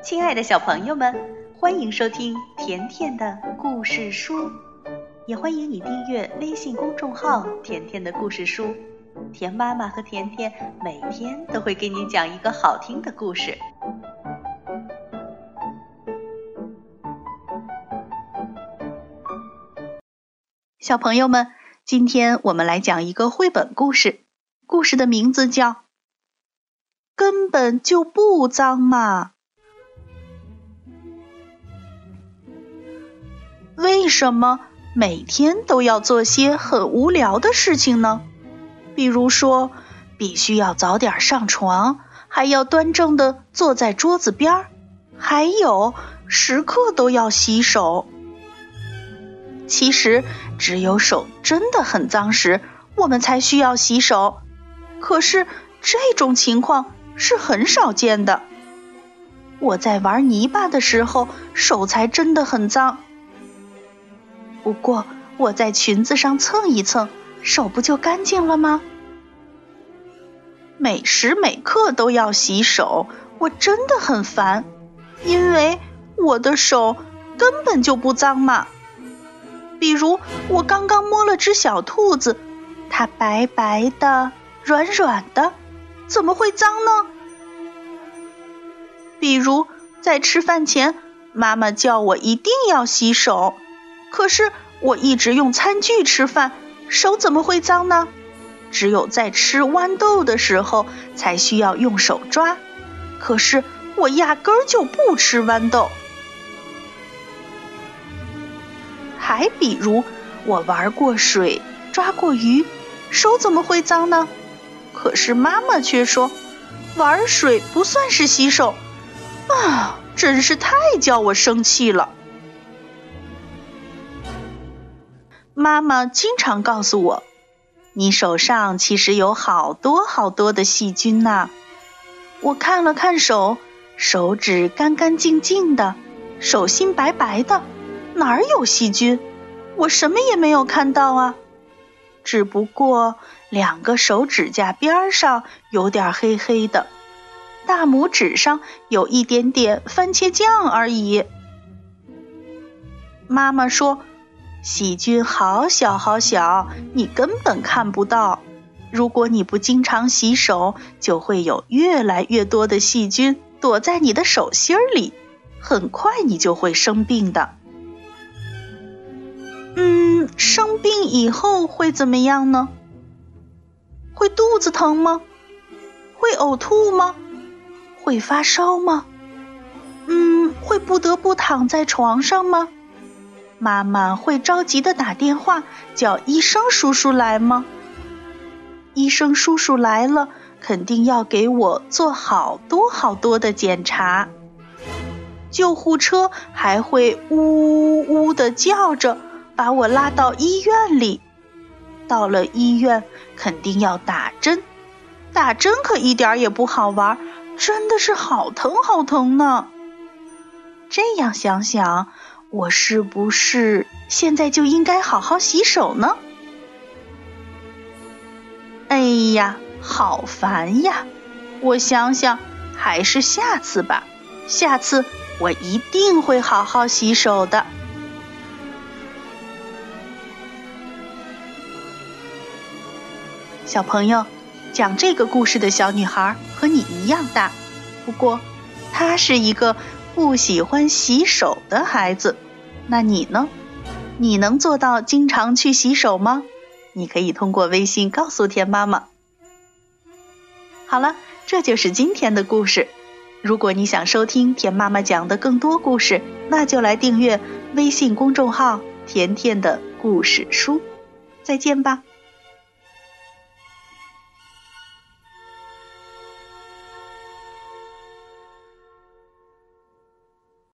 亲爱的小朋友们，欢迎收听甜甜的故事书，也欢迎你订阅微信公众号甜甜的故事书。甜妈妈和甜甜每天都会给你讲一个好听的故事。小朋友们，今天我们来讲一个绘本故事，故事的名字叫《根本就不脏嘛》。为什么每天都要做些很无聊的事情呢？比如说，必须要早点上床，还要端正地坐在桌子边，还有时刻都要洗手。其实，只有手真的很脏时，我们才需要洗手。可是，这种情况是很少见的。我在玩泥巴的时候，手才真的很脏。不过，我在裙子上蹭一蹭，手不就干净了吗？每时每刻都要洗手，我真的很烦，因为我的手根本就不脏嘛。比如，我刚刚摸了只小兔子，它白白的、软软的，怎么会脏呢？比如，在吃饭前，妈妈叫我一定要洗手，可是我一直用餐具吃饭，手怎么会脏呢？只有在吃豌豆的时候才需要用手抓，可是我压根儿就不吃豌豆。还比如，我玩过水，抓过鱼，手怎么会脏呢？可是妈妈却说，玩水不算是洗手啊，真是太叫我生气了。妈妈经常告诉我，你手上其实有好多好多的细菌呐。我看了看手，手指干干净净的，手心白白的，哪儿有细菌？我什么也没有看到啊。只不过2个手指甲边上有点黑黑的，大拇指上有一点点番茄酱而已。妈妈说，细菌好小好小，你根本看不到。如果你不经常洗手，就会有越来越多的细菌躲在你的手心里，很快你就会生病的。生病以后会怎么样呢？会肚子疼吗？会呕吐吗？会发烧吗？会不得不躺在床上吗？妈妈会着急地打电话叫医生叔叔来吗？医生叔叔来了，肯定要给我做好多好多的检查。救护车还会呜呜地叫着把我拉到医院里。到了医院，肯定要打针。打针可一点也不好玩，真的是好疼好疼呢。这样想想，我是不是现在就应该好好洗手呢？哎呀，好烦呀！我想想，还是下次吧。下次我一定会好好洗手的。小朋友，讲这个故事的小女孩和你一样大，不过她是一个不喜欢洗手的孩子。那你呢？你能做到经常去洗手吗？你可以通过微信告诉甜妈妈。好了，这就是今天的故事。如果你想收听甜妈妈讲的更多故事，那就来订阅微信公众号甜甜的故事书。再见吧。